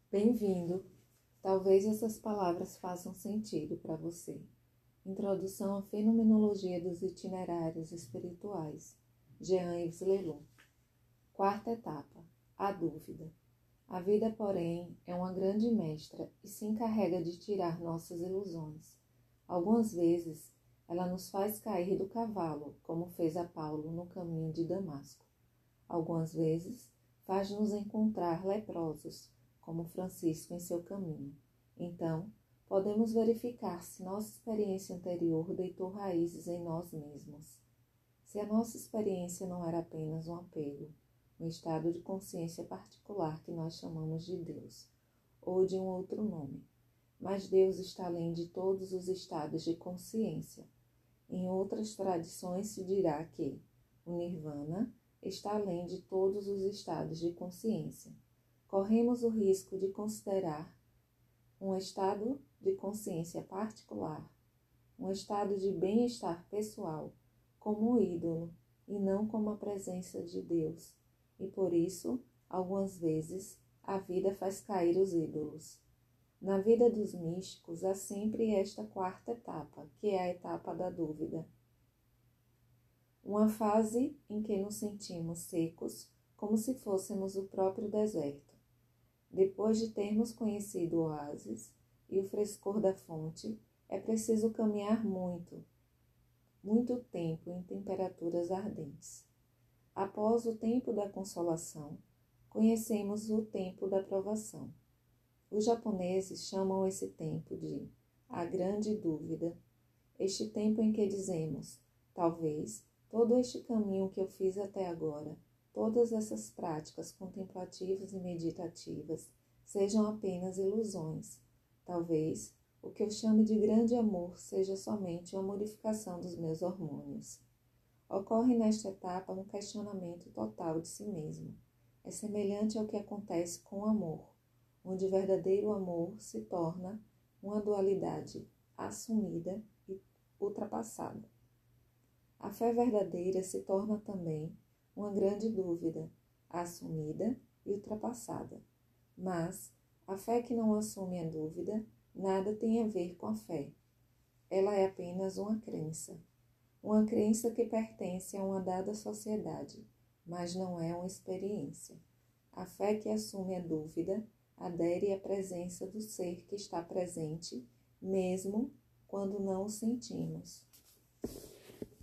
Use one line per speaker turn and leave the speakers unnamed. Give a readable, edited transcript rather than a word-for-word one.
Bem-vindo! Talvez essas palavras façam sentido para você. Introdução à Fenomenologia dos Itinerários Espirituais, Jean-Yves Leloup. Quarta etapa, a dúvida. A vida, porém, é uma grande mestra e se encarrega de tirar nossas ilusões. Algumas vezes, ela nos faz cair do cavalo, como fez a Paulo no caminho de Damasco. Algumas vezes, faz-nos encontrar leprosos, como Francisco em seu caminho. Então, podemos verificar se nossa experiência anterior deitou raízes em nós mesmos. Se a nossa experiência não era apenas um apego, um estado de consciência particular que nós chamamos de Deus, ou de um outro nome. Mas Deus está além de todos os estados de consciência. Em outras tradições se dirá que o Nirvana está além de todos os estados de consciência. Corremos o risco de considerar um estado de consciência particular, um estado de bem-estar pessoal, como um ídolo e não como a presença de Deus. E por isso, algumas vezes, a vida faz cair os ídolos. Na vida dos místicos, há sempre esta quarta etapa, que é a etapa da dúvida. Uma fase em que nos sentimos secos, como se fôssemos o próprio deserto. Depois de termos conhecido o oásis e o frescor da fonte, é preciso caminhar muito tempo em temperaturas ardentes. Após o tempo da consolação, conhecemos o tempo da provação. Os japoneses chamam esse tempo de a grande dúvida, este tempo em que dizemos, talvez, todo este caminho que eu fiz até agora, todas essas práticas contemplativas e meditativas sejam apenas ilusões. Talvez o que eu chame de grande amor seja somente uma modificação dos meus hormônios. Ocorre nesta etapa um questionamento total de si mesmo. É semelhante ao que acontece com o amor, onde o verdadeiro amor se torna uma dualidade assumida e ultrapassada. A fé verdadeira se torna também uma grande dúvida, assumida e ultrapassada. Mas a fé que não assume a dúvida nada tem a ver com a fé. Ela é apenas uma crença que pertence a uma dada sociedade, mas não é uma experiência. A fé que assume a dúvida adere à presença do ser que está presente, mesmo quando não o sentimos.